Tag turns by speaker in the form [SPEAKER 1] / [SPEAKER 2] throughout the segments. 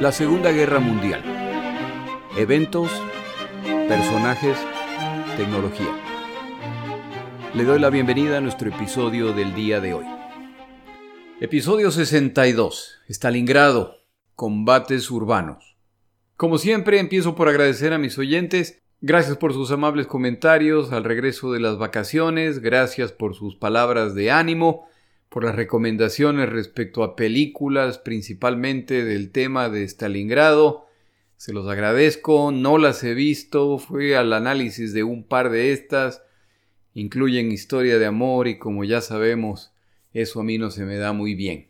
[SPEAKER 1] La Segunda Guerra Mundial. Eventos, personajes, tecnología. Le doy la bienvenida a nuestro episodio del día de hoy. Episodio 62. Stalingrado. Combates urbanos. Como siempre, empiezo por agradecer a mis oyentes. Gracias por sus amables comentarios al regreso de las vacaciones. Gracias por sus palabras de ánimo, por las recomendaciones respecto a películas, principalmente del tema de Stalingrado. Se los agradezco, no las he visto, fui al análisis de un par de estas. Incluyen historia de amor y, como ya sabemos, eso a mí no se me da muy bien.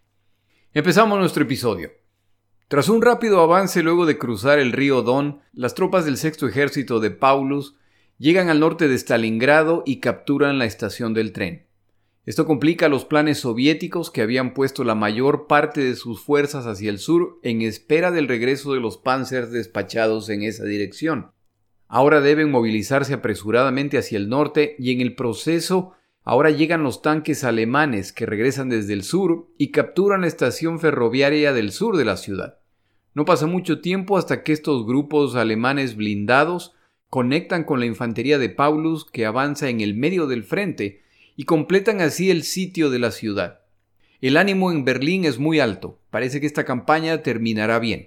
[SPEAKER 1] Empezamos nuestro episodio. Tras un rápido avance luego de cruzar el río Don, las tropas del Sexto Ejército de Paulus llegan al norte de Stalingrado y capturan la estación del tren. Esto complica los planes soviéticos, que habían puesto la mayor parte de sus fuerzas hacia el sur en espera del regreso de los Panzers despachados en esa dirección. Ahora deben movilizarse apresuradamente hacia el norte y en el proceso ahora llegan los tanques alemanes que regresan desde el sur y capturan la estación ferroviaria del sur de la ciudad. No pasa mucho tiempo hasta que estos grupos alemanes blindados conectan con la infantería de Paulus, que avanza en el medio del frente, y completan así el sitio de la ciudad. El ánimo en Berlín es muy alto. Parece que esta campaña terminará bien.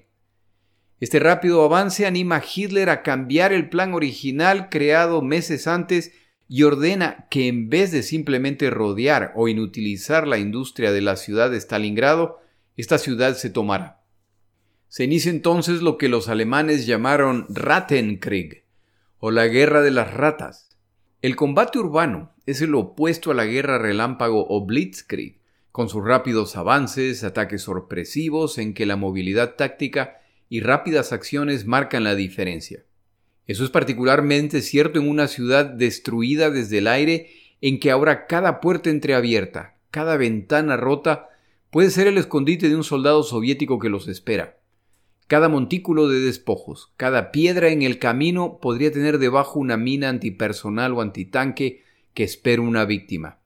[SPEAKER 1] Este rápido avance anima a Hitler a cambiar el plan original creado meses antes y ordena que, en vez de simplemente rodear o inutilizar la industria de la ciudad de Stalingrado, esta ciudad se tomará. Se inicia entonces lo que los alemanes llamaron Rattenkrieg, o la guerra de las ratas. El combate urbano es el opuesto a la guerra relámpago o Blitzkrieg, con sus rápidos avances, ataques sorpresivos en que la movilidad táctica y rápidas acciones marcan la diferencia. Eso es particularmente cierto en una ciudad destruida desde el aire, en que ahora cada puerta entreabierta, cada ventana rota, puede ser el escondite de un soldado soviético que los espera. Cada montículo de despojos, cada piedra en el camino podría tener debajo una mina antipersonal o antitanque que espera una víctima.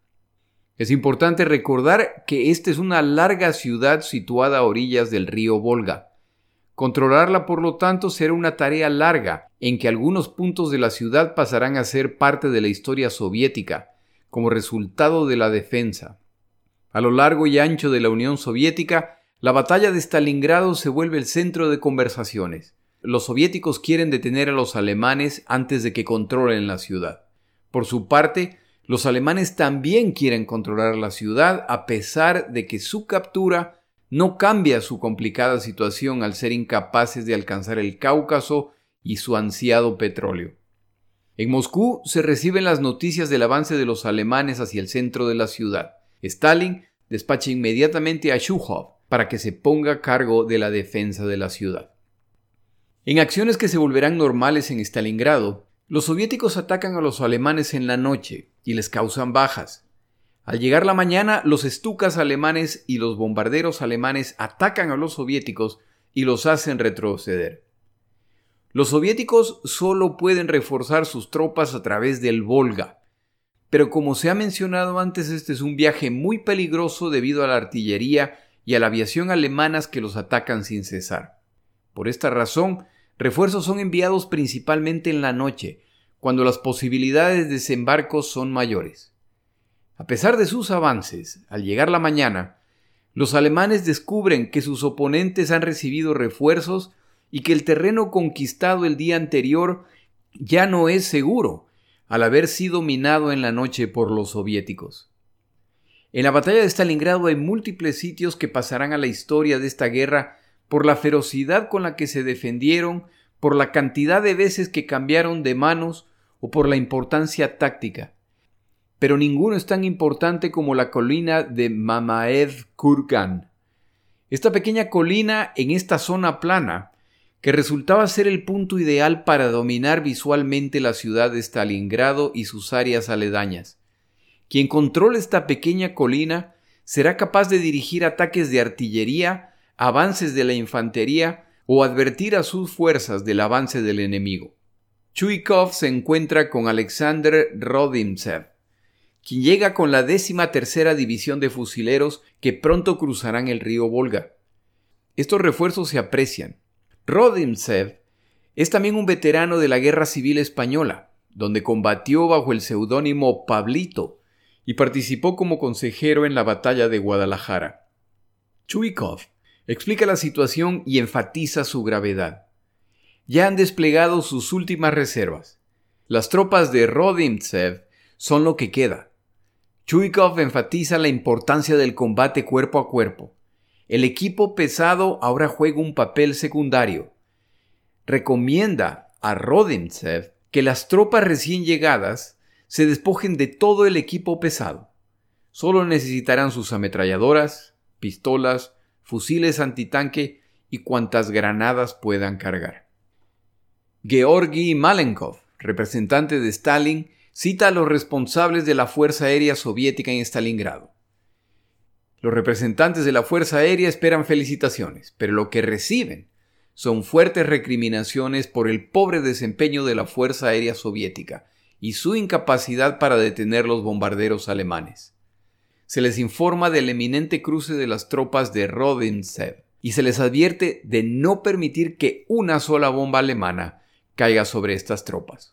[SPEAKER 1] Es importante recordar que esta es una larga ciudad situada a orillas del río Volga. Controlarla, por lo tanto, será una tarea larga, en que algunos puntos de la ciudad pasarán a ser parte de la historia soviética, como resultado de la defensa. A lo largo y ancho de la Unión Soviética, la batalla de Stalingrado se vuelve el centro de conversaciones. Los soviéticos quieren detener a los alemanes antes de que controlen la ciudad. Por su parte, los alemanes también quieren controlar la ciudad, a pesar de que su captura no cambia su complicada situación al ser incapaces de alcanzar el Cáucaso y su ansiado petróleo. En Moscú se reciben las noticias del avance de los alemanes hacia el centro de la ciudad. Stalin despacha inmediatamente a Zhukov para que se ponga a cargo de la defensa de la ciudad. En acciones que se volverán normales en Stalingrado, los soviéticos atacan a los alemanes en la noche y les causan bajas. Al llegar la mañana, los Stukas alemanes y los bombarderos alemanes atacan a los soviéticos y los hacen retroceder. Los soviéticos solo pueden reforzar sus tropas a través del Volga, pero como se ha mencionado antes, este es un viaje muy peligroso debido a la artillería y a la aviación alemanas que los atacan sin cesar. Por esta razón, refuerzos son enviados principalmente en la noche, cuando las posibilidades de desembarco son mayores. A pesar de sus avances, al llegar la mañana, los alemanes descubren que sus oponentes han recibido refuerzos y que el terreno conquistado el día anterior ya no es seguro, al haber sido minado en la noche por los soviéticos. En la batalla de Stalingrado hay múltiples sitios que pasarán a la historia de esta guerra por la ferocidad con la que se defendieron, por la cantidad de veces que cambiaron de manos o por la importancia táctica. Pero ninguno es tan importante como la colina de Mamaev Kurgan. Esta pequeña colina en esta zona plana, que resultaba ser el punto ideal para dominar visualmente la ciudad de Stalingrado y sus áreas aledañas. Quien controle esta pequeña colina será capaz de dirigir ataques de artillería, avances de la infantería o advertir a sus fuerzas del avance del enemigo. Chuikov se encuentra con Alexander Rodimtsev, quien llega con la 13ª División de Fusileros que pronto cruzarán el río Volga. Estos refuerzos se aprecian. Rodimtsev es también un veterano de la Guerra Civil Española, donde combatió bajo el seudónimo Pablito y participó como consejero en la batalla de Guadalajara. Chuikov explica la situación y enfatiza su gravedad. Ya han desplegado sus últimas reservas. Las tropas de Rodimtsev son lo que queda. Chuikov enfatiza la importancia del combate cuerpo a cuerpo. El equipo pesado ahora juega un papel secundario. Recomienda a Rodimtsev que las tropas recién llegadas se despojen de todo el equipo pesado. Solo necesitarán sus ametralladoras, pistolas, fusiles antitanque y cuantas granadas puedan cargar. Georgi Malenkov, representante de Stalin, cita a los responsables de la Fuerza Aérea Soviética en Stalingrado. Los representantes de la Fuerza Aérea esperan felicitaciones, pero lo que reciben son fuertes recriminaciones por el pobre desempeño de la Fuerza Aérea Soviética y su incapacidad para detener los bombarderos alemanes. Se les informa del eminente cruce de las tropas de Rodimtsev y se les advierte de no permitir que una sola bomba alemana caiga sobre estas tropas.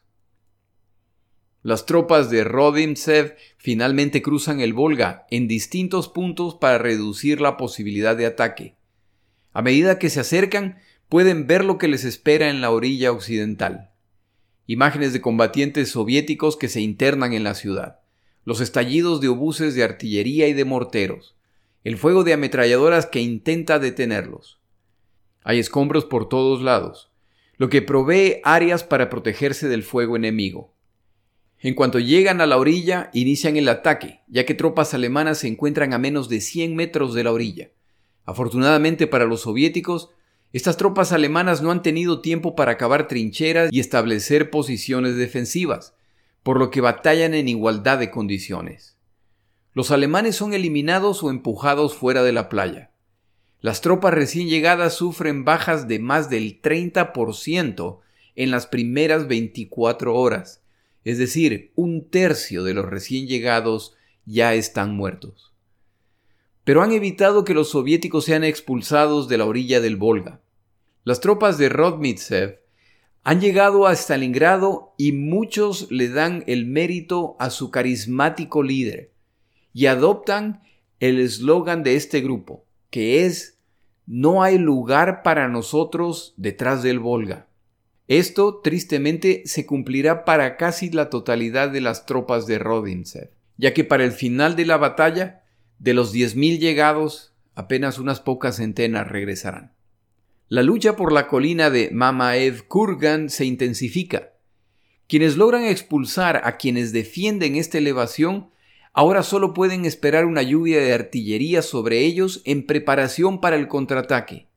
[SPEAKER 1] Las tropas de Rodimtsev finalmente cruzan el Volga en distintos puntos para reducir la posibilidad de ataque. A medida que se acercan, pueden ver lo que les espera en la orilla occidental. Imágenes de combatientes soviéticos que se internan en la ciudad, los estallidos de obuses de artillería y de morteros, el fuego de ametralladoras que intenta detenerlos. Hay escombros por todos lados, lo que provee áreas para protegerse del fuego enemigo. En cuanto llegan a la orilla, inician el ataque, ya que tropas alemanas se encuentran a menos de 100 metros de la orilla. Afortunadamente para los soviéticos, estas tropas alemanas no han tenido tiempo para cavar trincheras y establecer posiciones defensivas, por lo que batallan en igualdad de condiciones. Los alemanes son eliminados o empujados fuera de la playa. Las tropas recién llegadas sufren bajas de más del 30% en las primeras 24 horas, es decir, un tercio de los recién llegados ya están muertos. Pero han evitado que los soviéticos sean expulsados de la orilla del Volga. Las tropas de Rodimtsev han llegado a Stalingrado y muchos le dan el mérito a su carismático líder y adoptan el eslogan de este grupo, que es «No hay lugar para nosotros detrás del Volga». Esto, tristemente, se cumplirá para casi la totalidad de las tropas de Rodimtsev, ya que para el final de la batalla, de los 10.000 llegados, apenas unas pocas centenas regresarán. La lucha por la colina de Mamaev-Kurgan se intensifica. Quienes logran expulsar a quienes defienden esta elevación ahora solo pueden esperar una lluvia de artillería sobre ellos en preparación para el contraataque.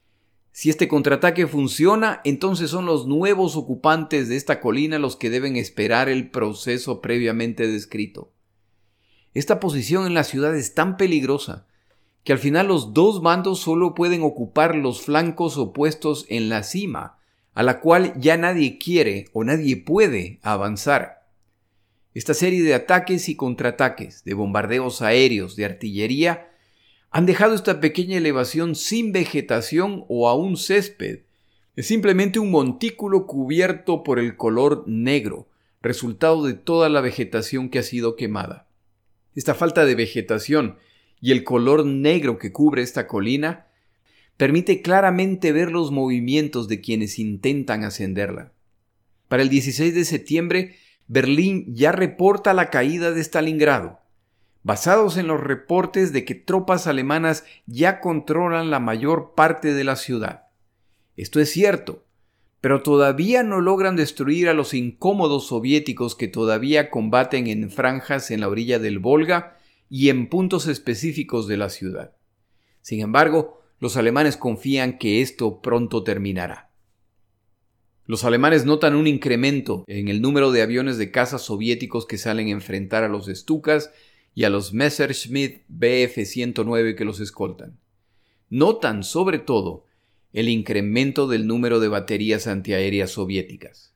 [SPEAKER 1] Si este contraataque funciona, entonces son los nuevos ocupantes de esta colina los que deben esperar el proceso previamente descrito. Esta posición en la ciudad es tan peligrosa que al final los dos bandos solo pueden ocupar los flancos opuestos en la cima, a la cual ya nadie quiere o nadie puede avanzar. Esta serie de ataques y contraataques, de bombardeos aéreos, de artillería, han dejado esta pequeña elevación sin vegetación o aún césped. Es simplemente un montículo cubierto por el color negro, resultado de toda la vegetación que ha sido quemada. Esta falta de vegetación y el color negro que cubre esta colina permite claramente ver los movimientos de quienes intentan ascenderla. Para el 16 de septiembre, Berlín ya reporta la caída de Stalingrado, basados en los reportes de que tropas alemanas ya controlan la mayor parte de la ciudad. Esto es cierto, pero todavía no logran destruir a los incómodos soviéticos que todavía combaten en franjas en la orilla del Volga y en puntos específicos de la ciudad. Sin embargo, los alemanes confían que esto pronto terminará. Los alemanes notan un incremento en el número de aviones de caza soviéticos que salen a enfrentar a los Stukas y a los Messerschmitt Bf-109 que los escoltan. Notan, sobre todo, el incremento del número de baterías antiaéreas soviéticas.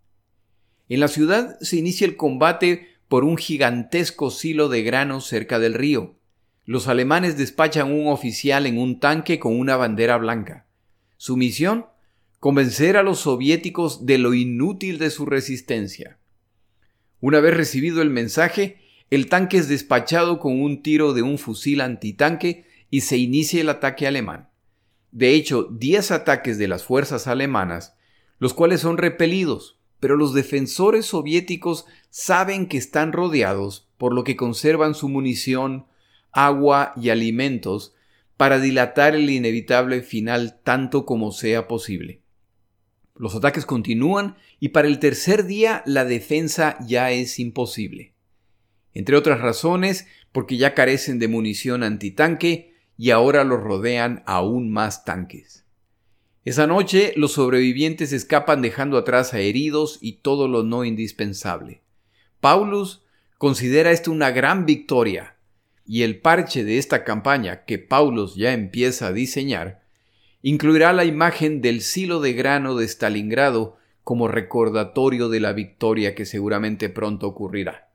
[SPEAKER 1] En la ciudad se inicia el combate por un gigantesco silo de granos cerca del río. Los alemanes despachan un oficial en un tanque con una bandera blanca. Su misión: convencer a los soviéticos de lo inútil de su resistencia. Una vez recibido el mensaje, el tanque es despachado con un tiro de un fusil antitanque y se inicia el ataque alemán. De hecho, 10 ataques de las fuerzas alemanas, los cuales son repelidos, pero los defensores soviéticos saben que están rodeados, por lo que conservan su munición, agua y alimentos para dilatar el inevitable final tanto como sea posible. Los ataques continúan y para el tercer día la defensa ya es imposible. Entre otras razones, porque ya carecen de munición antitanque y ahora los rodean aún más tanques. Esa noche los sobrevivientes escapan dejando atrás a heridos y todo lo no indispensable. Paulus considera esto una gran victoria, y el parche de esta campaña que Paulus ya empieza a diseñar incluirá la imagen del silo de grano de Stalingrado como recordatorio de la victoria que seguramente pronto ocurrirá.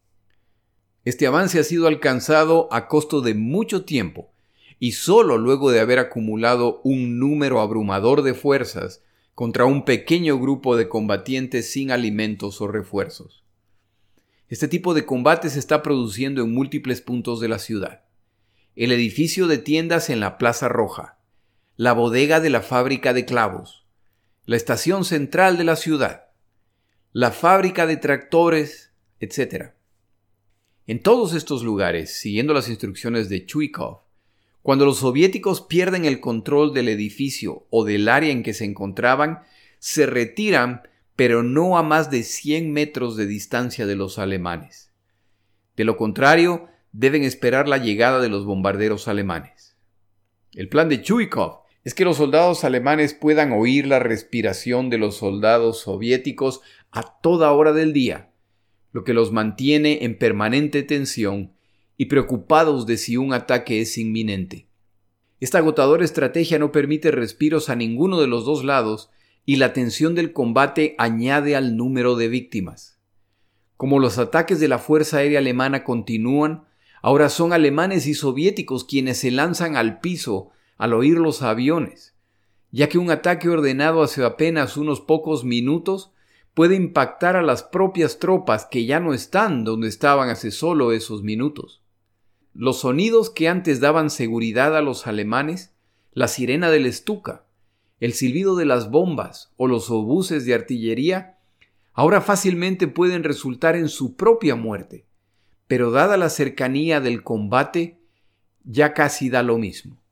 [SPEAKER 1] Este avance ha sido alcanzado a costo de mucho tiempo y solo luego de haber acumulado un número abrumador de fuerzas contra un pequeño grupo de combatientes sin alimentos o refuerzos. Este tipo de combate se está produciendo en múltiples puntos de la ciudad. El edificio de tiendas en la Plaza Roja, la bodega de la fábrica de clavos, la estación central de la ciudad, la fábrica de tractores, etc. En todos estos lugares, siguiendo las instrucciones de Chuikov, cuando los soviéticos pierden el control del edificio o del área en que se encontraban, se retiran, pero no a más de 100 metros de distancia de los alemanes. De lo contrario, deben esperar la llegada de los bombarderos alemanes. El plan de Chuikov es que los soldados alemanes puedan oír la respiración de los soldados soviéticos a toda hora del día, lo que los mantiene en permanente tensión y preocupados de si un ataque es inminente. Esta agotadora estrategia no permite respiros a ninguno de los dos lados y la tensión del combate añade al número de víctimas. Como los ataques de la Fuerza Aérea Alemana continúan, ahora son alemanes y soviéticos quienes se lanzan al piso al oír los aviones, ya que un ataque ordenado hace apenas unos pocos minutos puede impactar a las propias tropas que ya no están donde estaban hace solo esos minutos. Los sonidos que antes daban seguridad a los alemanes, la sirena del Stuka, el silbido de las bombas o los obuses de artillería, ahora fácilmente pueden resultar en su propia muerte, pero dada la cercanía del combate, ya casi da lo mismo.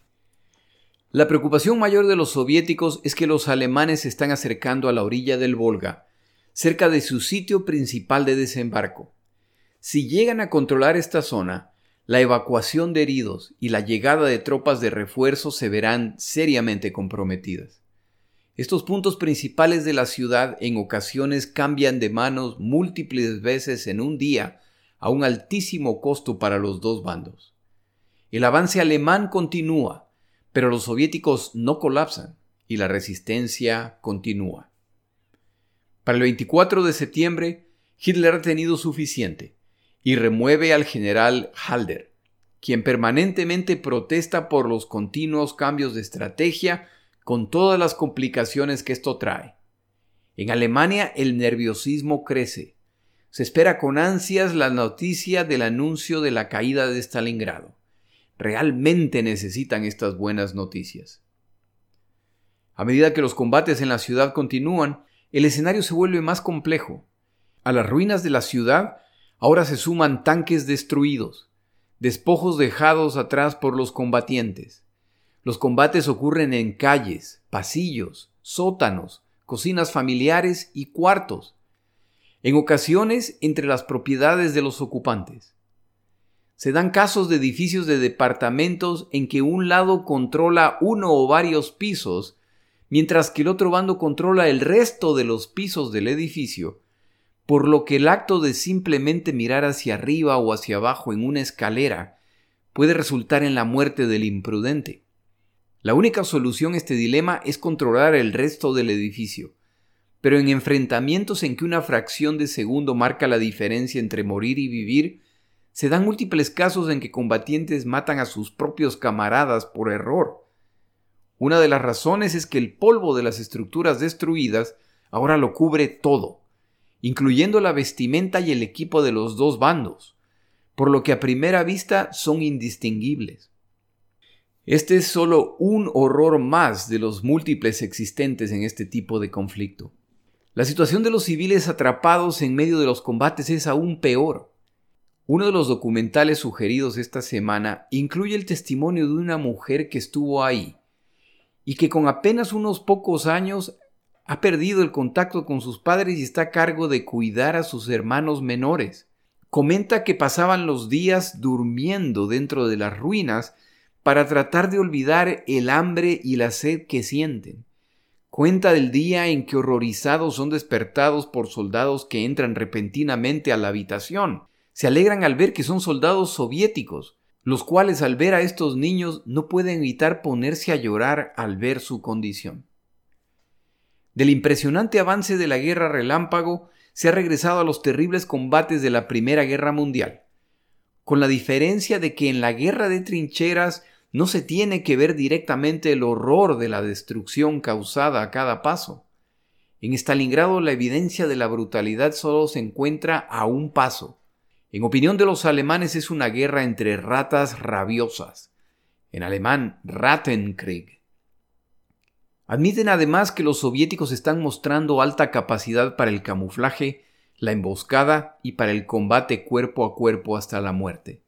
[SPEAKER 1] La preocupación mayor de los soviéticos es que los alemanes se están acercando a la orilla del Volga, cerca de su sitio principal de desembarco. Si llegan a controlar esta zona, la evacuación de heridos y la llegada de tropas de refuerzo se verán seriamente comprometidas. Estos puntos principales de la ciudad en ocasiones cambian de manos múltiples veces en un día a un altísimo costo para los dos bandos. El avance alemán continúa, pero los soviéticos no colapsan y la resistencia continúa. Para el 24 de septiembre, Hitler ha tenido suficiente y remueve al general Halder, quien permanentemente protesta por los continuos cambios de estrategia con todas las complicaciones que esto trae. En Alemania el nerviosismo crece. Se espera con ansias la noticia del anuncio de la caída de Stalingrado. Realmente necesitan estas buenas noticias. A medida que los combates en la ciudad continúan, el escenario se vuelve más complejo. A las ruinas de la ciudad ahora se suman tanques destruidos, despojos dejados atrás por los combatientes. Los combates ocurren en calles, pasillos, sótanos, cocinas familiares y cuartos, en ocasiones entre las propiedades de los ocupantes. Se dan casos de edificios de departamentos en que un lado controla uno o varios pisos, mientras que el otro bando controla el resto de los pisos del edificio, por lo que el acto de simplemente mirar hacia arriba o hacia abajo en una escalera puede resultar en la muerte del imprudente. La única solución a este dilema es controlar el resto del edificio, pero en enfrentamientos en que una fracción de segundo marca la diferencia entre morir y vivir, Se dan múltiples casos en que combatientes matan a sus propios camaradas por error. Una de las razones es que el polvo de las estructuras destruidas ahora lo cubre todo, incluyendo la vestimenta y el equipo de los dos bandos, por lo que a primera vista son indistinguibles. Este es solo un horror más de los múltiples existentes en este tipo de conflicto. La situación de los civiles atrapados en medio de los combates es aún peor. Uno de los documentales sugeridos esta semana incluye el testimonio de una mujer que estuvo ahí y que con apenas unos pocos años ha perdido el contacto con sus padres y está a cargo de cuidar a sus hermanos menores. Comenta que pasaban los días durmiendo dentro de las ruinas para tratar de olvidar el hambre y la sed que sienten. Cuenta del día en que horrorizados son despertados por soldados que entran repentinamente a la habitación. Se alegran al ver que son soldados soviéticos, los cuales al ver a estos niños no pueden evitar ponerse a llorar al ver su condición. Del impresionante avance de la guerra relámpago se ha regresado a los terribles combates de la Primera Guerra Mundial, con la diferencia de que en la guerra de trincheras no se tiene que ver directamente el horror de la destrucción causada a cada paso. En Stalingrado la evidencia de la brutalidad solo se encuentra a un paso. En opinión de los alemanes es una guerra entre ratas rabiosas, en alemán Rattenkrieg. Admiten además que los soviéticos están mostrando alta capacidad para el camuflaje, la emboscada y para el combate cuerpo a cuerpo hasta la muerte.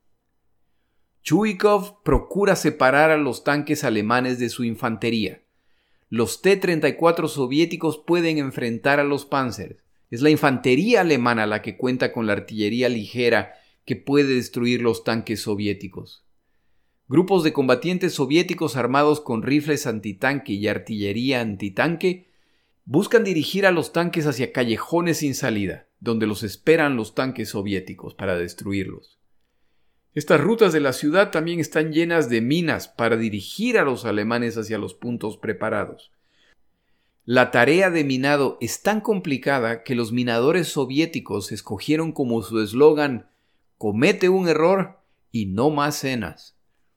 [SPEAKER 1] Chuikov procura separar a los tanques alemanes de su infantería. Los T-34 soviéticos pueden enfrentar a los Panzers. Es la infantería alemana la que cuenta con la artillería ligera que puede destruir los tanques soviéticos. Grupos de combatientes soviéticos armados con rifles antitanque y artillería antitanque buscan dirigir a los tanques hacia callejones sin salida, donde los esperan los tanques soviéticos para destruirlos. Estas rutas de la ciudad también están llenas de minas para dirigir a los alemanes hacia los puntos preparados. La tarea de minado es tan complicada que los minadores soviéticos escogieron como su eslogan «Comete un error y no más cenas».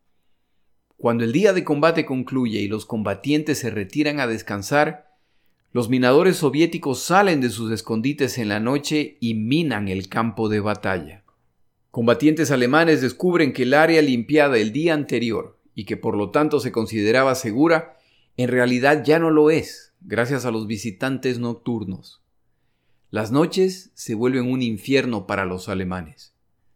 [SPEAKER 1] Cuando el día de combate concluye y los combatientes se retiran a descansar, los minadores soviéticos salen de sus escondites en la noche y minan el campo de batalla. Combatientes alemanes descubren que el área limpiada el día anterior y que por lo tanto se consideraba segura, en realidad ya no lo es, gracias a los visitantes nocturnos. Las noches se vuelven un infierno para los alemanes.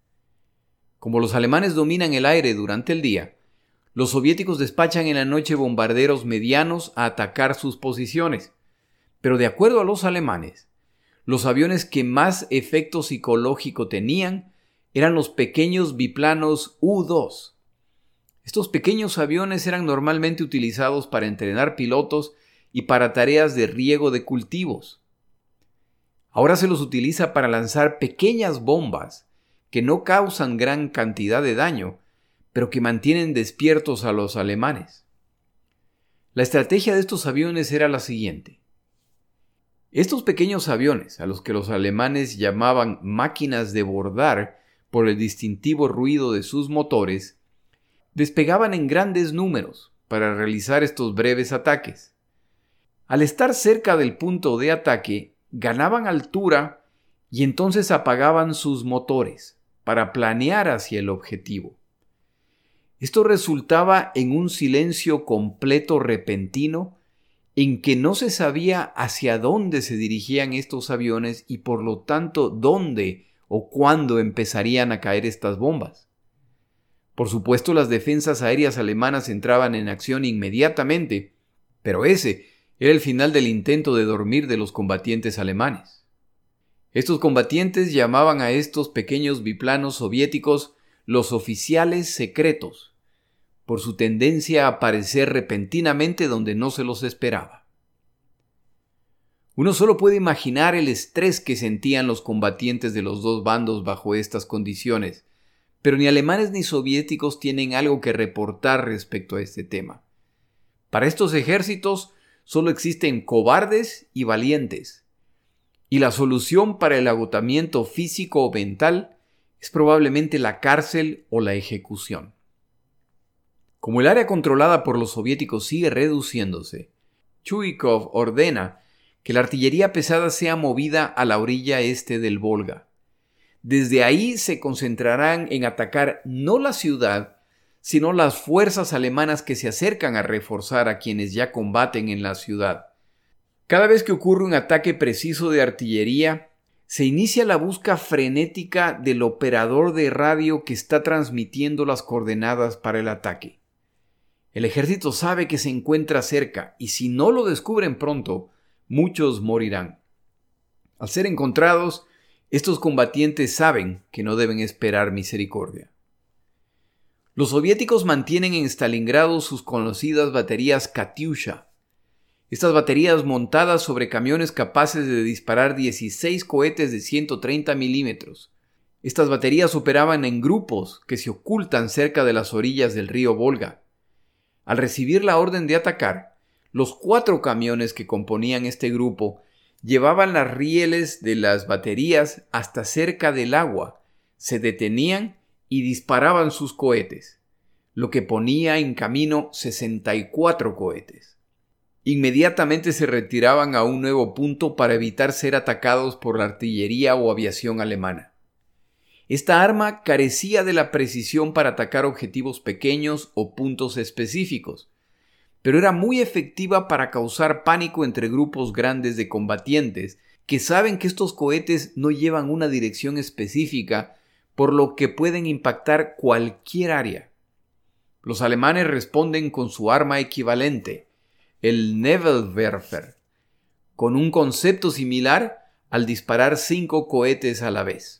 [SPEAKER 1] Como los alemanes dominan el aire durante el día, los soviéticos despachan en la noche bombarderos medianos a atacar sus posiciones. Pero de acuerdo a los alemanes, los aviones que más efecto psicológico tenían eran los pequeños biplanos U-2. Estos pequeños aviones eran normalmente utilizados para entrenar pilotos y para tareas de riego de cultivos. Ahora se los utiliza para lanzar pequeñas bombas que no causan gran cantidad de daño, pero que mantienen despiertos a los alemanes. La estrategia de estos aviones era la siguiente. Estos pequeños aviones, a los que los alemanes llamaban máquinas de bordar por el distintivo ruido de sus motores, despegaban en grandes números para realizar estos breves ataques. Al estar cerca del punto de ataque, ganaban altura y entonces apagaban sus motores para planear hacia el objetivo. Esto resultaba en un silencio completo repentino en que no se sabía hacia dónde se dirigían estos aviones y por lo tanto dónde o cuándo empezarían a caer estas bombas. Por supuesto, las defensas aéreas alemanas entraban en acción inmediatamente, pero ese era el final del intento de dormir de los combatientes alemanes. Estos combatientes llamaban a estos pequeños biplanos soviéticos los oficiales secretos, por su tendencia a aparecer repentinamente donde no se los esperaba. Uno solo puede imaginar el estrés que sentían los combatientes de los dos bandos bajo estas condiciones, pero ni alemanes ni soviéticos tienen algo que reportar respecto a este tema. Para estos ejércitos solo existen cobardes y valientes, y la solución para el agotamiento físico o mental es probablemente la cárcel o la ejecución. Como el área controlada por los soviéticos sigue reduciéndose, Chuikov ordena que la artillería pesada sea movida a la orilla este del Volga. Desde ahí se concentrarán en atacar no la ciudad, sino las fuerzas alemanas que se acercan a reforzar a quienes ya combaten en la ciudad. Cada vez que ocurre un ataque preciso de artillería, se inicia la búsqueda frenética del operador de radio que está transmitiendo las coordenadas para el ataque. El ejército sabe que se encuentra cerca y si no lo descubren pronto, muchos morirán. Al ser encontrados, estos combatientes saben que no deben esperar misericordia. Los soviéticos mantienen en Stalingrado sus conocidas baterías Katyusha. Estas baterías montadas sobre camiones capaces de disparar 16 cohetes de 130 milímetros. Estas baterías operaban en grupos que se ocultan cerca de las orillas del río Volga. Al recibir la orden de atacar, los 4 camiones que componían este grupo llevaban las rieles de las baterías hasta cerca del agua, se detenían y disparaban sus cohetes, lo que ponía en camino 64 cohetes. Inmediatamente se retiraban a un nuevo punto para evitar ser atacados por la artillería o aviación alemana. Esta arma carecía de la precisión para atacar objetivos pequeños o puntos específicos, pero era muy efectiva para causar pánico entre grupos grandes de combatientes que saben que estos cohetes no llevan una dirección específica, por lo que pueden impactar cualquier área. Los alemanes responden con su arma equivalente, el Nebelwerfer, con un concepto similar al disparar 5 cohetes a la vez.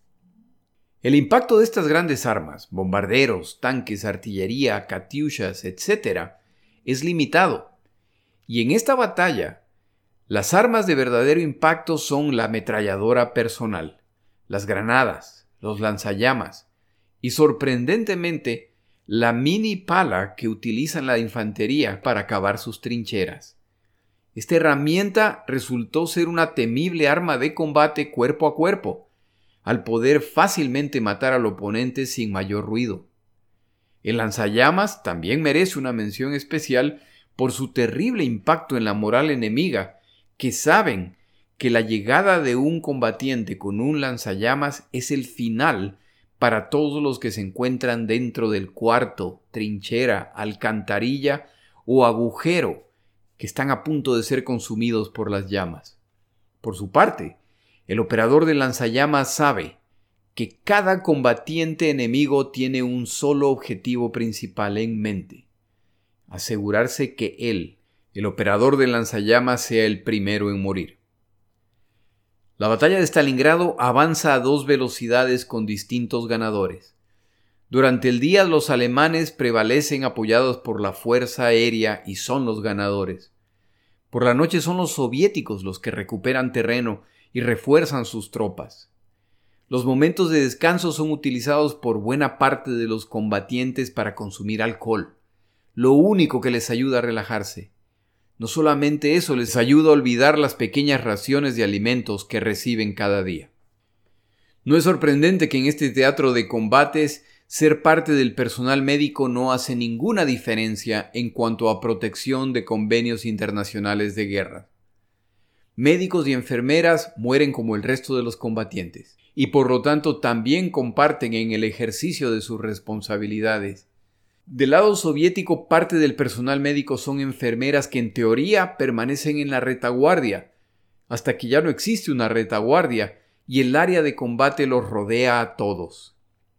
[SPEAKER 1] El impacto de estas grandes armas, bombarderos, tanques, artillería, katyushas, etc., es limitado. Y en esta batalla, las armas de verdadero impacto son la ametralladora personal, las granadas, los lanzallamas y, sorprendentemente, la mini pala que utilizan la infantería para cavar sus trincheras. Esta herramienta resultó ser una temible arma de combate cuerpo a cuerpo, al poder fácilmente matar al oponente sin mayor ruido. El lanzallamas también merece una mención especial por su terrible impacto en la moral enemiga, que saben que la llegada de un combatiente con un lanzallamas es el final para todos los que se encuentran dentro del cuarto, trinchera, alcantarilla o agujero que están a punto de ser consumidos por las llamas. Por su parte, el operador de lanzallamas sabe que cada combatiente enemigo tiene un solo objetivo principal en mente: asegurarse que él, el operador de lanzallamas, sea el primero en morir. La batalla de Stalingrado avanza a 2 velocidades con distintos ganadores. Durante el día los alemanes prevalecen apoyados por la fuerza aérea y son los ganadores. Por la noche son los soviéticos los que recuperan terreno y refuerzan sus tropas. Los momentos de descanso son utilizados por buena parte de los combatientes para consumir alcohol, lo único que les ayuda a relajarse. No solamente eso, les ayuda a olvidar las pequeñas raciones de alimentos que reciben cada día. No es sorprendente que en este teatro de combates ser parte del personal médico no hace ninguna diferencia en cuanto a protección de convenios internacionales de guerra. Médicos y enfermeras mueren como el resto de los combatientes y por lo tanto también comparten en el ejercicio de sus responsabilidades. Del lado soviético, parte del personal médico son enfermeras que en teoría permanecen en la retaguardia, hasta que ya no existe una retaguardia y el área de combate los rodea a todos.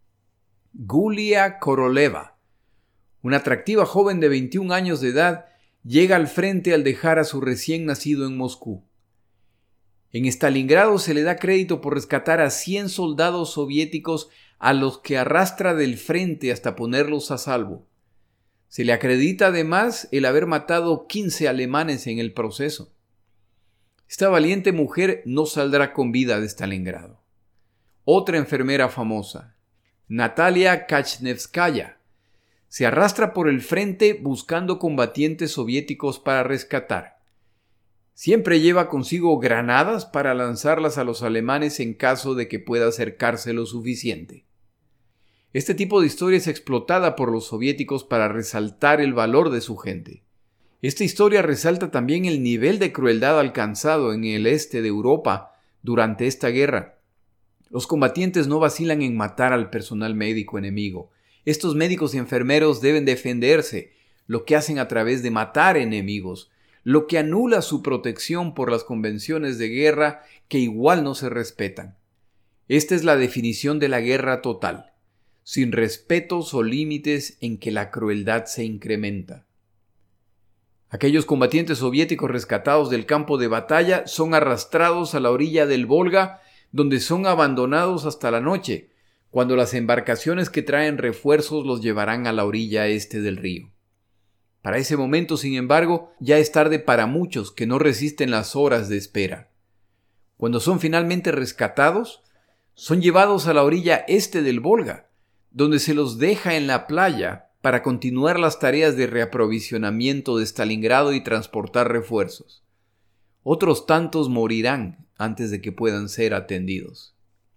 [SPEAKER 1] Gulia Koroleva, una atractiva joven de 21 años de edad, llega al frente al dejar a su recién nacido en Moscú. En Stalingrado se le da crédito por rescatar a 100 soldados soviéticos a los que arrastra del frente hasta ponerlos a salvo. Se le acredita además el haber matado 15 alemanes en el proceso. Esta valiente mujer no saldrá con vida de Stalingrado. Otra enfermera famosa, Natalia Kachnevskaya, se arrastra por el frente buscando combatientes soviéticos para rescatar. Siempre lleva consigo granadas para lanzarlas a los alemanes en caso de que pueda acercarse lo suficiente. Este tipo de historia es explotada por los soviéticos para resaltar el valor de su gente. Esta historia resalta también el nivel de crueldad alcanzado en el este de Europa durante esta guerra. Los combatientes no vacilan en matar al personal médico enemigo. Estos médicos y enfermeros deben defenderse, lo que hacen a través de matar enemigos, lo que anula su protección por las convenciones de guerra que igual no se respetan. Esta es la definición de la guerra total, sin respetos o límites en que la crueldad se incrementa. Aquellos combatientes soviéticos rescatados del campo de batalla son arrastrados a la orilla del Volga, donde son abandonados hasta la noche, cuando las embarcaciones que traen refuerzos los llevarán a la orilla este del río. Para ese momento, sin embargo, ya es tarde para muchos que no resisten las horas de espera. Cuando son finalmente rescatados, son llevados a la orilla este del Volga, donde se los deja en la playa para continuar las tareas de reaprovisionamiento de Stalingrado y transportar refuerzos. Otros tantos morirán antes de que puedan ser atendidos.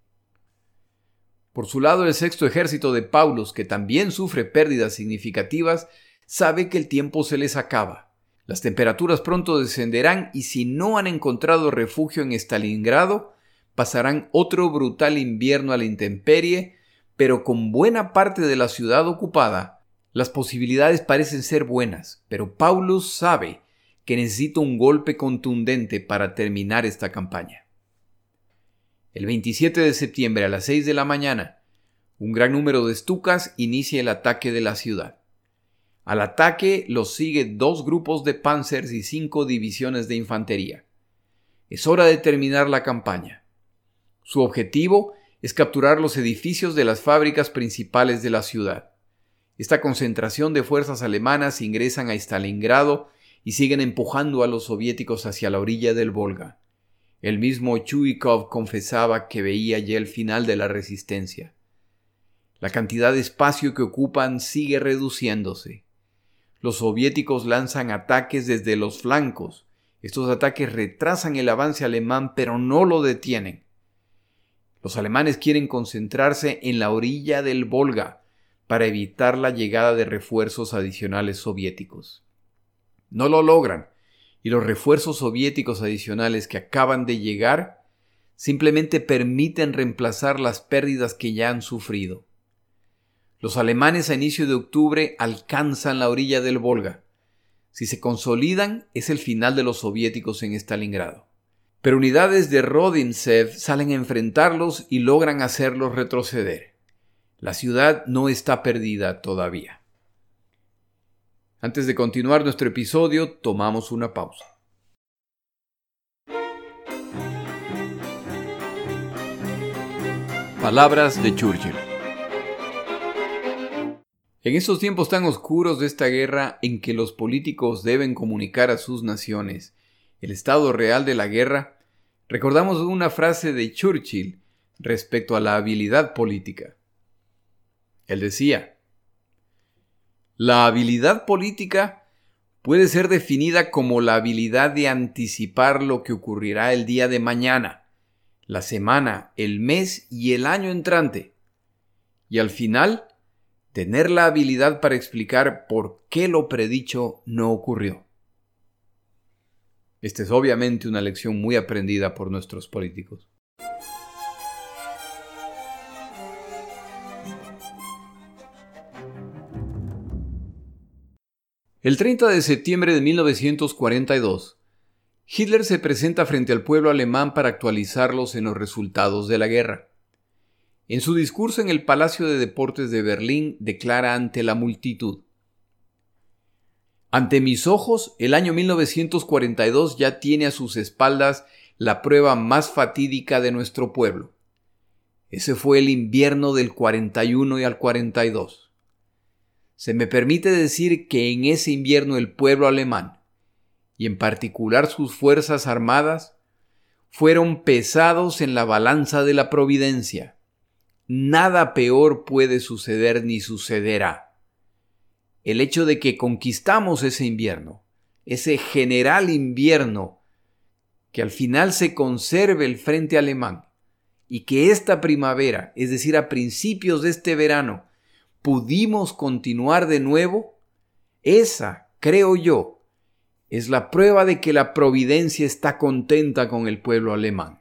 [SPEAKER 1] Por su lado, el sexto ejército de Paulus, que también sufre pérdidas significativas, sabe que el tiempo se les acaba. Las temperaturas pronto descenderán y si no han encontrado refugio en Stalingrado, pasarán otro brutal invierno a la intemperie, pero con buena parte de la ciudad ocupada, las posibilidades parecen ser buenas, pero Paulus sabe que necesita un golpe contundente para terminar esta campaña. El 27 de septiembre a las 6 de la mañana, un gran número de Stukas inicia el ataque de la ciudad. Al ataque los sigue 2 grupos de Panzers y 5 divisiones de infantería. Es hora de terminar la campaña. Su objetivo es capturar los edificios de las fábricas principales de la ciudad. Esta concentración de fuerzas alemanas ingresan a Stalingrado y siguen empujando a los soviéticos hacia la orilla del Volga. El mismo Chuikov confesaba que veía ya el final de la resistencia. La cantidad de espacio que ocupan sigue reduciéndose. Los soviéticos lanzan ataques desde los flancos. Estos ataques retrasan el avance alemán, pero no lo detienen. Los alemanes quieren concentrarse en la orilla del Volga para evitar la llegada de refuerzos adicionales soviéticos. No lo logran, y los refuerzos soviéticos adicionales que acaban de llegar simplemente permiten reemplazar las pérdidas que ya han sufrido. Los alemanes a inicio de octubre alcanzan la orilla del Volga. Si se consolidan, es el final de los soviéticos en Stalingrado. Pero unidades de Rodintsev salen a enfrentarlos y logran hacerlos retroceder. La ciudad no está perdida todavía. Antes de continuar nuestro episodio, tomamos una pausa. Palabras de Churchill. En estos tiempos tan oscuros de esta guerra en que los políticos deben comunicar a sus naciones el estado real de la guerra, recordamos una frase de Churchill respecto a la habilidad política. Él decía: la habilidad política puede ser definida como la habilidad de anticipar lo que ocurrirá el día de mañana, la semana, el mes y el año entrante, y al final tener la habilidad para explicar por qué lo predicho no ocurrió. Esta es obviamente una lección muy aprendida por nuestros políticos. El 30 de septiembre de 1942, Hitler se presenta frente al pueblo alemán para actualizarlos en los resultados de la guerra. En su discurso en el Palacio de Deportes de Berlín declara ante la multitud: ante mis ojos, el año 1942 ya tiene a sus espaldas la prueba más fatídica de nuestro pueblo. Ese fue el invierno del 41 y al 42. Se me permite decir que en ese invierno el pueblo alemán, y en particular sus fuerzas armadas, fueron pesados en la balanza de la providencia. Nada peor puede suceder ni sucederá. El hecho de que conquistamos ese invierno, ese general invierno, que al final se conserve el frente alemán y que esta primavera, es decir, a principios de este verano, pudimos continuar de nuevo, esa, creo yo, es la prueba de que la providencia está contenta con el pueblo alemán.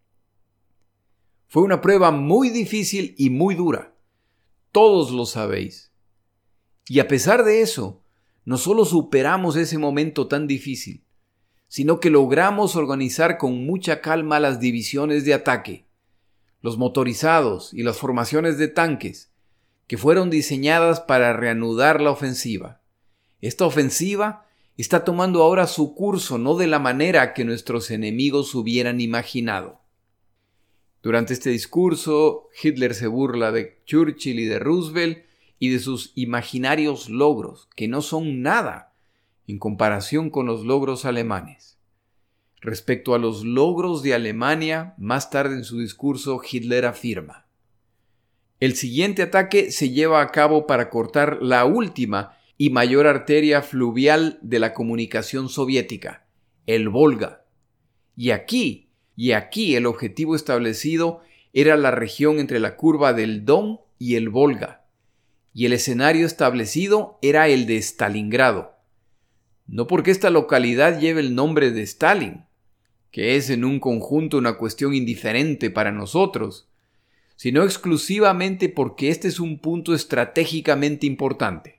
[SPEAKER 1] Fue una prueba muy difícil y muy dura. Todos lo sabéis. Y a pesar de eso, no solo superamos ese momento tan difícil, sino que logramos organizar con mucha calma las divisiones de ataque, los motorizados y las formaciones de tanques, que fueron diseñadas para reanudar la ofensiva. Esta ofensiva está tomando ahora su curso no de la manera que nuestros enemigos hubieran imaginado. Durante este discurso, Hitler se burla de Churchill y de Roosevelt y de sus imaginarios logros, que no son nada en comparación con los logros alemanes. Respecto a los logros de Alemania, más tarde en su discurso, Hitler afirma: el siguiente ataque se lleva a cabo para cortar la última y mayor arteria fluvial de la comunicación soviética, el Volga. Y aquí el objetivo establecido era la región entre la curva del Don y el Volga. Y el escenario establecido era el de Stalingrado. No porque esta localidad lleve el nombre de Stalin, que es en un conjunto una cuestión indiferente para nosotros, sino exclusivamente porque este es un punto estratégicamente importante.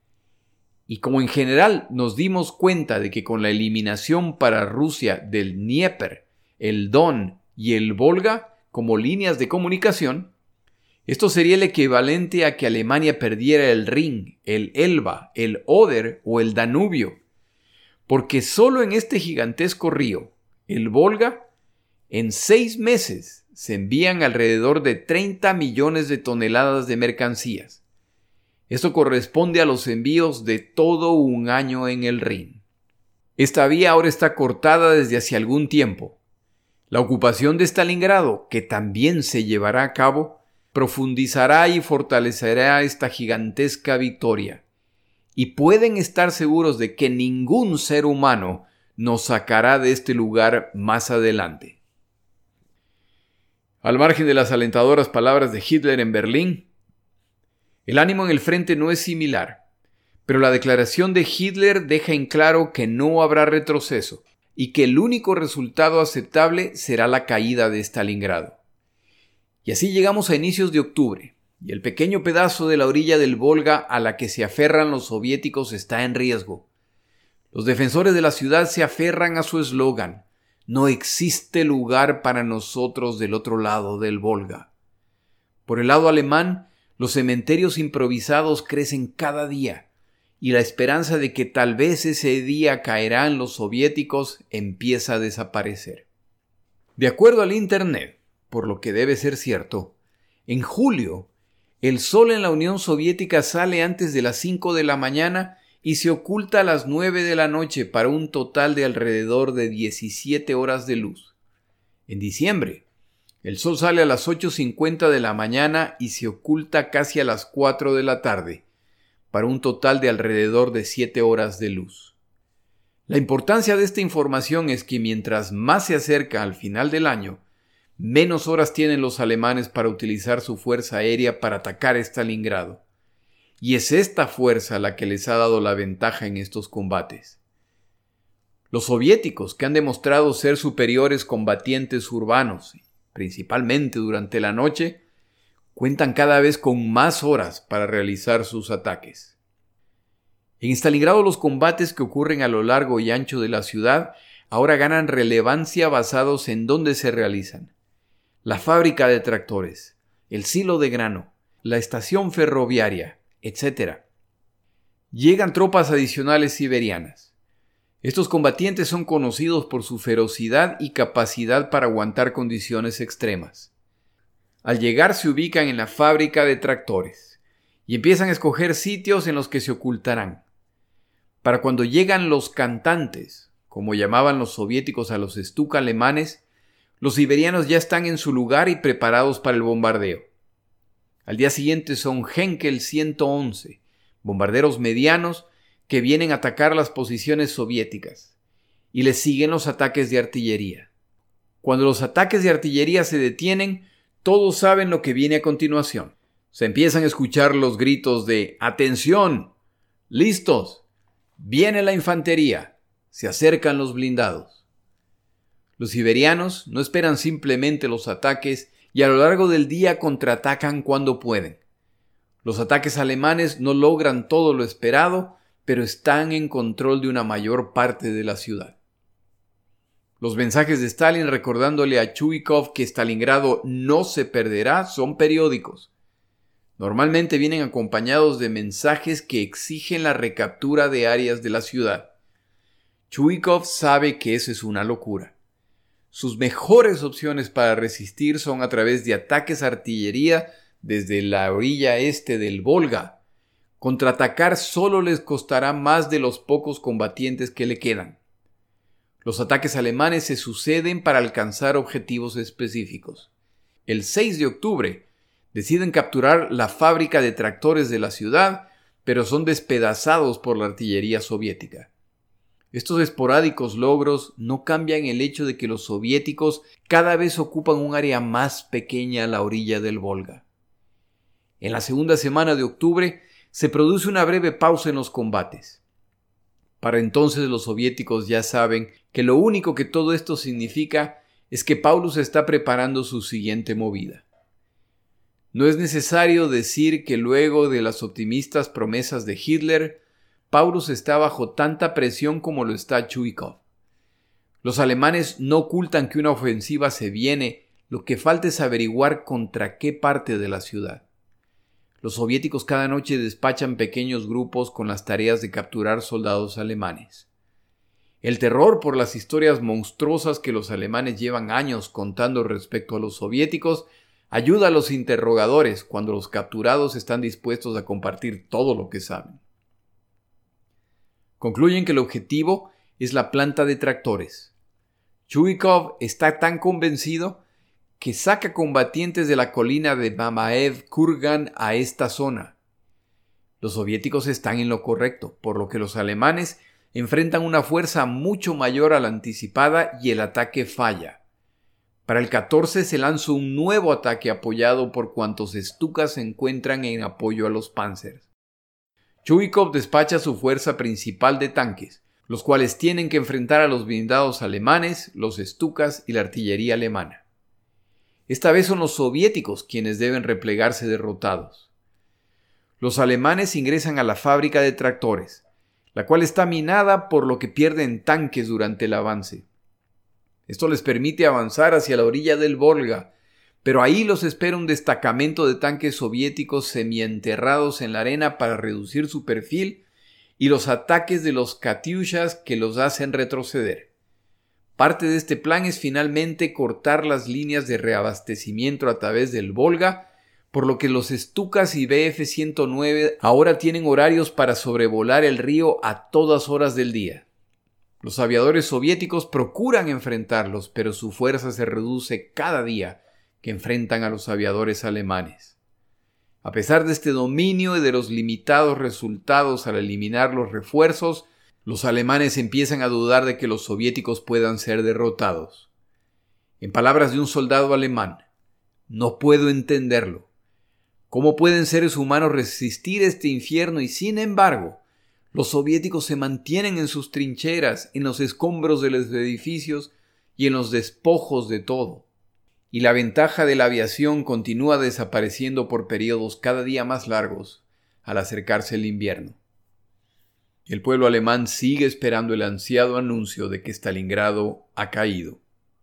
[SPEAKER 1] Y como en general nos dimos cuenta de que con la eliminación para Rusia del Dnieper, el Don y el Volga como líneas de comunicación, esto sería el equivalente a que Alemania perdiera el Rin, el Elba, el Oder o el Danubio, porque solo en este gigantesco río, el Volga, en 6 meses se envían alrededor de 30 millones de toneladas de mercancías. Esto corresponde a los envíos de todo un año en el Rin. Esta vía ahora está cortada desde hace algún tiempo. La ocupación de Stalingrado, que también se llevará a cabo, profundizará y fortalecerá esta gigantesca victoria. Y pueden estar seguros de que ningún ser humano nos sacará de este lugar más adelante. Al margen de las alentadoras palabras de Hitler en Berlín, el ánimo en el frente no es similar, pero la declaración de Hitler deja en claro que no habrá retroceso y que el único resultado aceptable será la caída de Stalingrado. Y así llegamos a inicios de octubre, y el pequeño pedazo de la orilla del Volga a la que se aferran los soviéticos está en riesgo. Los defensores de la ciudad se aferran a su eslogan: no existe lugar para nosotros del otro lado del Volga. Por el lado alemán, los cementerios improvisados crecen cada día, y la esperanza de que tal vez ese día caerán los soviéticos empieza a desaparecer. De acuerdo al Internet, por lo que debe ser cierto, en julio, el sol en la Unión Soviética sale antes de las 5 de la mañana y se oculta a las 9 de la noche para un total de alrededor de 17 horas de luz. En diciembre, el sol sale a las 8:50 de la mañana y se oculta casi a las 4 de la tarde, para un total de alrededor de 7 horas de luz. La importancia de esta información es que mientras más se acerca al final del año, menos horas tienen los alemanes para utilizar su fuerza aérea para atacar Stalingrado. Y es esta fuerza la que les ha dado la ventaja en estos combates. Los soviéticos, que han demostrado ser superiores combatientes urbanos, principalmente durante la noche, cuentan cada vez con más horas para realizar sus ataques. En Stalingrado los combates que ocurren a lo largo y ancho de la ciudad ahora ganan relevancia basados en dónde se realizan. La fábrica de tractores, el silo de grano, la estación ferroviaria, etc. Llegan tropas adicionales siberianas. Estos combatientes son conocidos por su ferocidad y capacidad para aguantar condiciones extremas. Al llegar se ubican en la fábrica de tractores y empiezan a escoger sitios en los que se ocultarán. Para cuando llegan los cantantes, como llamaban los soviéticos a los Stuka alemanes, los siberianos ya están en su lugar y preparados para el bombardeo. Al día siguiente son Henkel 111, bombarderos medianos que vienen a atacar las posiciones soviéticas. y le siguen los ataques de artillería. Cuando los ataques de artillería se detienen, todos saben lo que viene a continuación. Se empiezan a escuchar los gritos de ¡atención! ¡Listos! Viene la infantería. Se acercan los blindados. Los siberianos no esperan simplemente los ataques y a lo largo del día contraatacan cuando pueden. Los ataques alemanes no logran todo lo esperado, pero están en control de una mayor parte de la ciudad. Los mensajes de Stalin recordándole a Chuikov que Stalingrado no se perderá son periódicos. Normalmente vienen acompañados de mensajes que exigen la recaptura de áreas de la ciudad. Chuikov sabe que eso es una locura. Sus mejores opciones para resistir son a través de ataques a artillería desde la orilla este del Volga. Contraatacar solo les costará más de los pocos combatientes que le quedan. Los ataques alemanes se suceden para alcanzar objetivos específicos. El 6 de octubre deciden capturar la fábrica de tractores de la ciudad, pero son despedazados por la artillería soviética. Estos esporádicos logros no cambian el hecho de que los soviéticos cada vez ocupan un área más pequeña a la orilla del Volga. En la segunda semana de octubre se produce una breve pausa en los combates. Para entonces los soviéticos ya saben que lo único que todo esto significa es que Paulus está preparando su siguiente movida. No es necesario decir que luego de las optimistas promesas de Hitler, Paulus está bajo tanta presión como lo está Chuikov. Los alemanes no ocultan que una ofensiva se viene, lo que falta es averiguar contra qué parte de la ciudad. Los soviéticos cada noche despachan pequeños grupos con las tareas de capturar soldados alemanes. El terror por las historias monstruosas que los alemanes llevan años contando respecto a los soviéticos ayuda a los interrogadores cuando los capturados están dispuestos a compartir todo lo que saben. Concluyen que el objetivo es la planta de tractores. Chuikov está tan convencido que saca combatientes de la colina de Mamaev-Kurgan a esta zona. Los soviéticos están en lo correcto, por lo que los alemanes enfrentan una fuerza mucho mayor a la anticipada y el ataque falla. Para el 14 se lanza un nuevo ataque apoyado por cuantos Stukas se encuentran en apoyo a los Panzers. Chuikov despacha su fuerza principal de tanques, los cuales tienen que enfrentar a los blindados alemanes, los Stukas y la artillería alemana. Esta vez son los soviéticos quienes deben replegarse derrotados. Los alemanes ingresan a la fábrica de tractores, la cual está minada por lo que pierden tanques durante el avance. Esto les permite avanzar hacia la orilla del Volga, pero ahí los espera un destacamento de tanques soviéticos semienterrados en la arena para reducir su perfil y los ataques de los Katyushas que los hacen retroceder. Parte de este plan es finalmente cortar las líneas de reabastecimiento a través del Volga, por lo que los Stukas y Bf-109 ahora tienen horarios para sobrevolar el río a todas horas del día. Los aviadores soviéticos procuran enfrentarlos, pero su fuerza se reduce cada día que enfrentan a los aviadores alemanes. A pesar de este dominio y de los limitados resultados al eliminar los refuerzos, los alemanes empiezan a dudar de que los soviéticos puedan ser derrotados. En palabras de un soldado alemán, no puedo entenderlo. ¿Cómo pueden seres humanos resistir este infierno y sin embargo, los soviéticos se mantienen en sus trincheras, en los escombros de los edificios y en los despojos de todo? Y la ventaja de la aviación continúa desapareciendo por periodos cada día más largos al acercarse el invierno. El pueblo alemán sigue esperando el ansiado anuncio de que Stalingrado ha caído.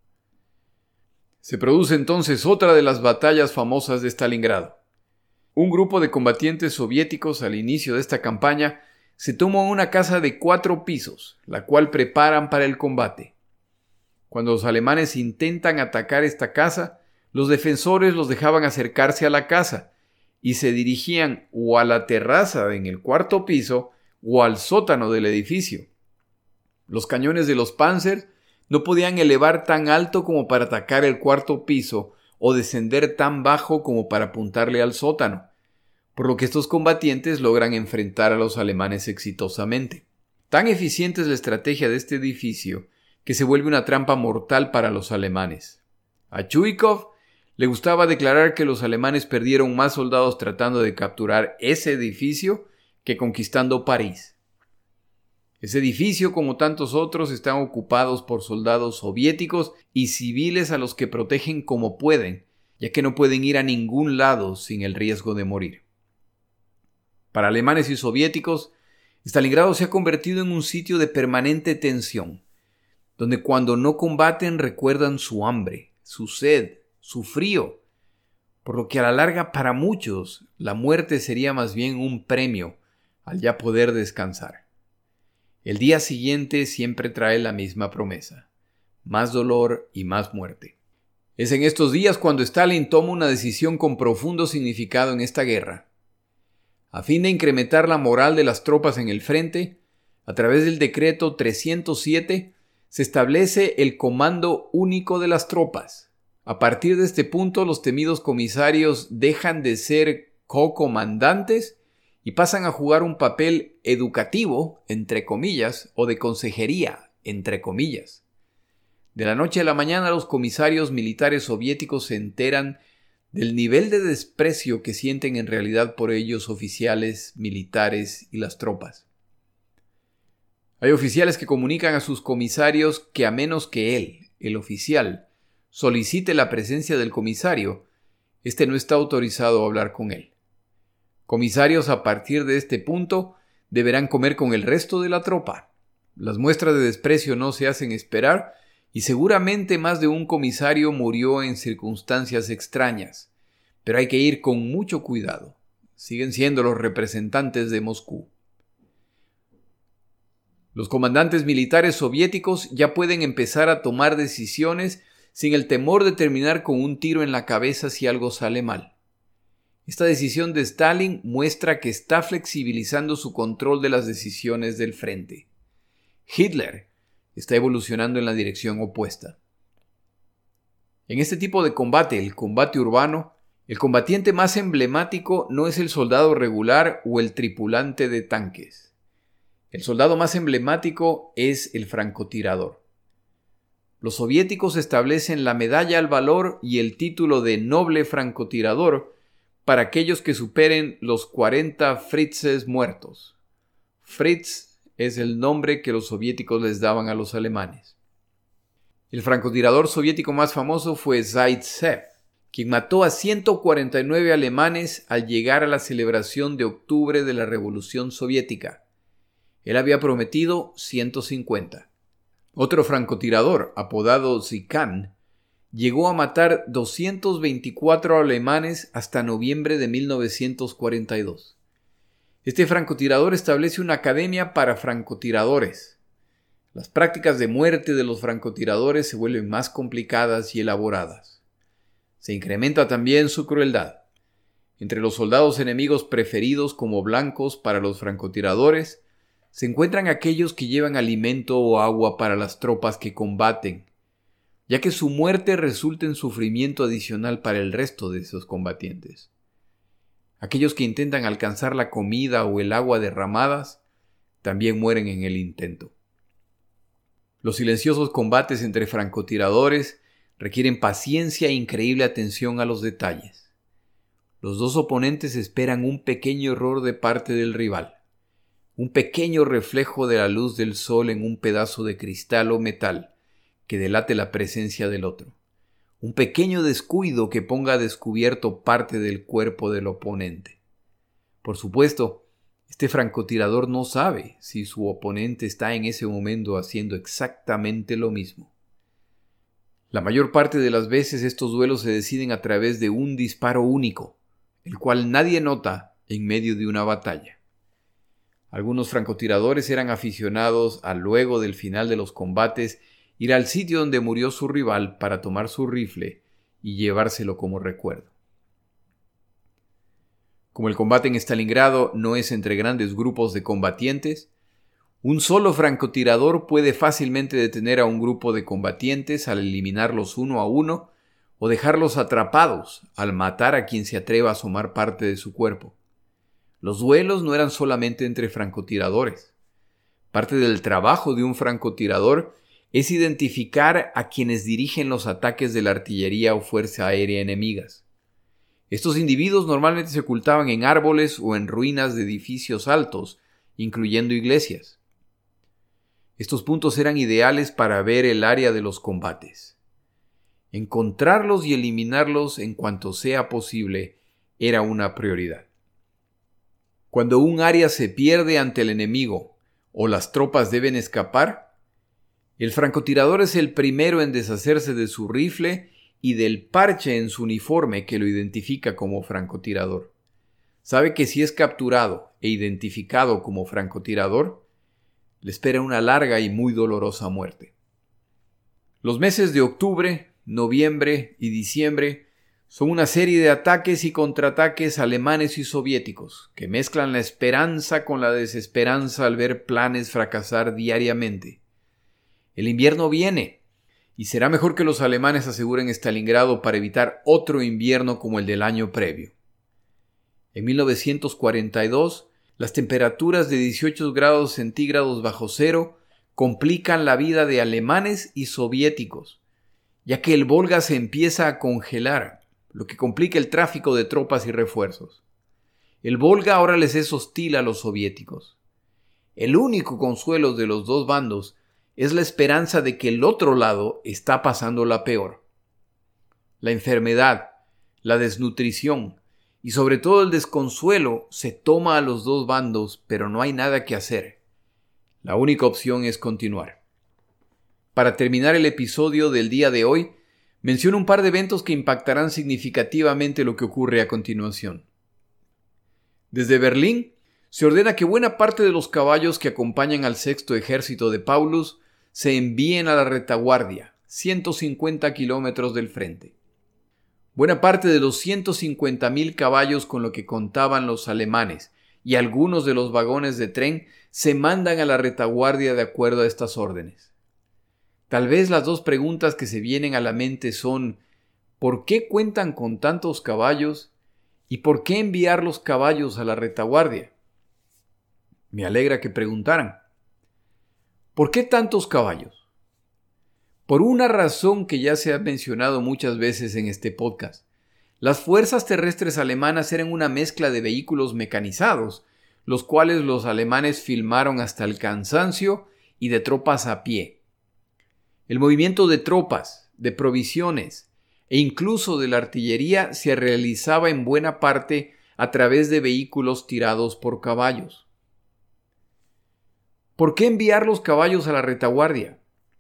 [SPEAKER 1] Se produce entonces otra de las batallas famosas de Stalingrado. Un grupo de combatientes soviéticos al inicio de esta campaña se toma una casa de 4 pisos, la cual preparan para el combate. Cuando los alemanes intentan atacar esta casa, los defensores los dejaban acercarse a la casa y se dirigían o a la terraza en el 4º piso o al sótano del edificio. Los cañones de los Panzers no podían elevar tan alto como para atacar el 4º piso o descender tan bajo como para apuntarle al sótano, por lo que estos combatientes logran enfrentar a los alemanes exitosamente. Tan eficiente es la estrategia de este edificio que se vuelve una trampa mortal para los alemanes. A Chuikov le gustaba declarar que los alemanes perdieron más soldados tratando de capturar ese edificio que conquistando París. Ese edificio, como tantos otros, están ocupados por soldados soviéticos y civiles a los que protegen como pueden, ya que no pueden ir a ningún lado sin el riesgo de morir. Para alemanes y soviéticos, Stalingrado se ha convertido en un sitio de permanente tensión, donde cuando no combaten recuerdan su hambre, su sed, su frío, por lo que a la larga para muchos la muerte sería más bien un premio al ya poder descansar. El día siguiente siempre trae la misma promesa: más dolor y más muerte. Es en estos días cuando Stalin toma una decisión con profundo significado en esta guerra. A fin de incrementar la moral de las tropas en el frente, a través del decreto 307 se establece el Comando Único de las Tropas. A partir de este punto, los temidos comisarios dejan de ser co-comandantes y pasan a jugar un papel educativo, entre comillas, o de consejería, entre comillas. De la noche a la mañana, los comisarios militares soviéticos se enteran del nivel de desprecio que sienten en realidad por ellos oficiales, militares y las tropas. Hay oficiales que comunican a sus comisarios que a menos que él, el oficial, solicite la presencia del comisario, éste no está autorizado a hablar con él. Comisarios a partir de este punto deberán comer con el resto de la tropa. Las muestras de desprecio no se hacen esperar y seguramente más de un comisario murió en circunstancias extrañas, pero hay que ir con mucho cuidado. Siguen siendo los representantes de Moscú. Los comandantes militares soviéticos ya pueden empezar a tomar decisiones sin el temor de terminar con un tiro en la cabeza si algo sale mal. Esta decisión de Stalin muestra que está flexibilizando su control de las decisiones del frente. Hitler está evolucionando en la dirección opuesta. En este tipo de combate, el combate urbano, el combatiente más emblemático no es el soldado regular o el tripulante de tanques. El soldado más emblemático es el francotirador. Los soviéticos establecen la medalla al valor y el título de noble francotirador para aquellos que superen los 40 fritzes muertos. Fritz es el nombre que los soviéticos les daban a los alemanes. El francotirador soviético más famoso fue Zaitsev, quien mató a 149 alemanes al llegar a la celebración de octubre de la Revolución Soviética. Él había prometido 150. Otro francotirador, apodado Zikan, llegó a matar 224 alemanes hasta noviembre de 1942. Este francotirador establece una academia para francotiradores. Las prácticas de muerte de los francotiradores se vuelven más complicadas y elaboradas. Se incrementa también su crueldad. Entre los soldados enemigos preferidos como blancos para los francotiradores, se encuentran aquellos que llevan alimento o agua para las tropas que combaten, ya que su muerte resulta en sufrimiento adicional para el resto de esos combatientes. Aquellos que intentan alcanzar la comida o el agua derramadas también mueren en el intento. Los silenciosos combates entre francotiradores requieren paciencia e increíble atención a los detalles. Los dos oponentes esperan un pequeño error de parte del rival, un pequeño reflejo de la luz del sol en un pedazo de cristal o metal que delate la presencia del otro, un pequeño descuido que ponga a descubierto parte del cuerpo del oponente. Por supuesto, este francotirador no sabe si su oponente está en ese momento haciendo exactamente lo mismo. La mayor parte de las veces estos duelos se deciden a través de un disparo único, el cual nadie nota en medio de una batalla. Algunos francotiradores eran aficionados a luego del final de los combates ir al sitio donde murió su rival para tomar su rifle y llevárselo como recuerdo. Como el combate en Stalingrado no es entre grandes grupos de combatientes, un solo francotirador puede fácilmente detener a un grupo de combatientes al eliminarlos uno a uno o dejarlos atrapados al matar a quien se atreva a asomar parte de su cuerpo. Los duelos no eran solamente entre francotiradores. Parte del trabajo de un francotirador es identificar a quienes dirigen los ataques de la artillería o fuerza aérea enemigas. Estos individuos normalmente se ocultaban en árboles o en ruinas de edificios altos, incluyendo iglesias. Estos puntos eran ideales para ver el área de los combates. Encontrarlos y eliminarlos en cuanto sea posible era una prioridad. Cuando un área se pierde ante el enemigo o las tropas deben escapar, el francotirador es el primero en deshacerse de su rifle y del parche en su uniforme que lo identifica como francotirador. Sabe que si es capturado e identificado como francotirador, le espera una larga y muy dolorosa muerte. Los meses de octubre, noviembre y diciembre son una serie de ataques y contraataques alemanes y soviéticos que mezclan la esperanza con la desesperanza al ver planes fracasar diariamente. El invierno viene y será mejor que los alemanes aseguren Stalingrado para evitar otro invierno como el del año previo. En 1942, las temperaturas de 18 grados centígrados bajo cero complican la vida de alemanes y soviéticos, ya que el Volga se empieza a congelar, lo que complica el tráfico de tropas y refuerzos. El Volga ahora les es hostil a los soviéticos. El único consuelo de los dos bandos es la esperanza de que el otro lado está pasando la peor. La enfermedad, la desnutrición y sobre todo el desconsuelo se toma a los dos bandos, pero no hay nada que hacer. La única opción es continuar. Para terminar el episodio del día de hoy, menciono un par de eventos que impactarán significativamente lo que ocurre a continuación. Desde Berlín, se ordena que buena parte de los caballos que acompañan al sexto ejército de Paulus se envíen a la retaguardia, 150 kilómetros del frente. Buena parte de los 150,000 caballos con lo que contaban los alemanes y algunos de los vagones de tren se mandan a la retaguardia de acuerdo a estas órdenes. Tal vez las dos preguntas que se vienen a la mente son: ¿por qué cuentan con tantos caballos? ¿Y por qué enviar los caballos a la retaguardia? Me alegra que preguntaran. ¿Por qué tantos caballos? Por una razón que ya se ha mencionado muchas veces en este podcast. Las fuerzas terrestres alemanas eran una mezcla de vehículos mecanizados, los cuales los alemanes filmaron hasta el cansancio, y de tropas a pie. El movimiento de tropas, de provisiones e incluso de la artillería se realizaba en buena parte a través de vehículos tirados por caballos. ¿Por qué enviar los caballos a la retaguardia?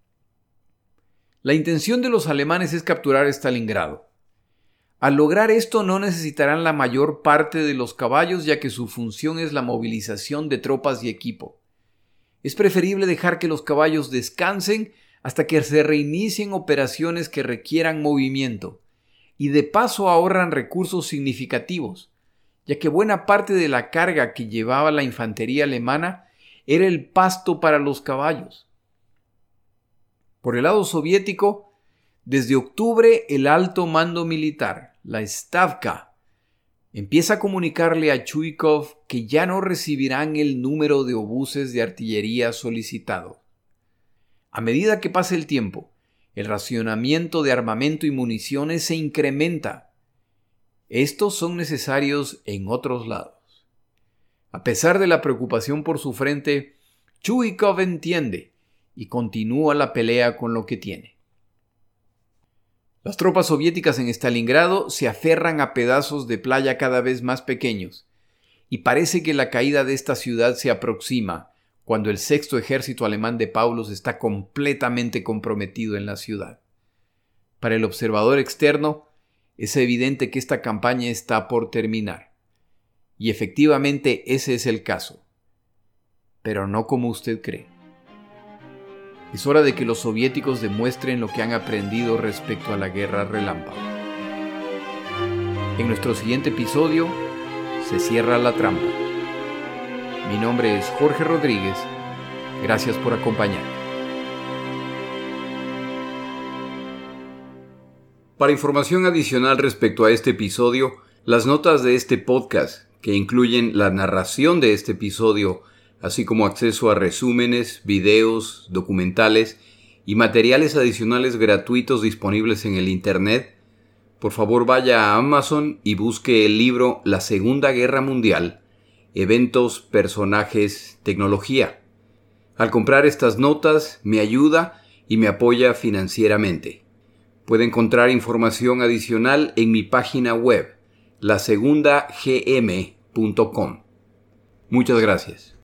[SPEAKER 1] La intención de los alemanes es capturar Stalingrado. Al lograr esto no necesitarán la mayor parte de los caballos, ya que su función es la movilización de tropas y equipo. Es preferible dejar que los caballos descansen hasta que se reinicien operaciones que requieran movimiento, y de paso ahorran recursos significativos, ya que buena parte de la carga que llevaba la infantería alemana era el pasto para los caballos. Por el lado soviético, desde octubre el alto mando militar, la Stavka, empieza a comunicarle a Chuikov que ya no recibirán el número de obuses de artillería solicitado. A medida que pasa el tiempo, el racionamiento de armamento y municiones se incrementa. Estos son necesarios en otros lados. A pesar de la preocupación por su frente, Chuikov entiende y continúa la pelea con lo que tiene. Las tropas soviéticas en Stalingrado se aferran a pedazos de playa cada vez más pequeños, y parece que la caída de esta ciudad se aproxima cuando el sexto ejército alemán de Paulus está completamente comprometido en la ciudad. Para el observador externo, es evidente que esta campaña está por terminar. Y efectivamente ese es el caso. Pero no como usted cree. Es hora de que los soviéticos demuestren lo que han aprendido respecto a la guerra relámpago. En nuestro siguiente episodio, se cierra la trampa. Mi nombre es Jorge Rodríguez. Gracias por acompañarme. Para información adicional respecto a este episodio, las notas de este podcast, que incluyen la narración de este episodio, así como acceso a resúmenes, videos, documentales y materiales adicionales gratuitos disponibles en el Internet, por favor vaya a Amazon y busque el libro La Segunda Guerra Mundial, Eventos, Personajes, Tecnología. Al comprar estas notas me ayuda y me apoya financieramente. Puede encontrar información adicional en mi página web, lasegundagm.com. Muchas gracias.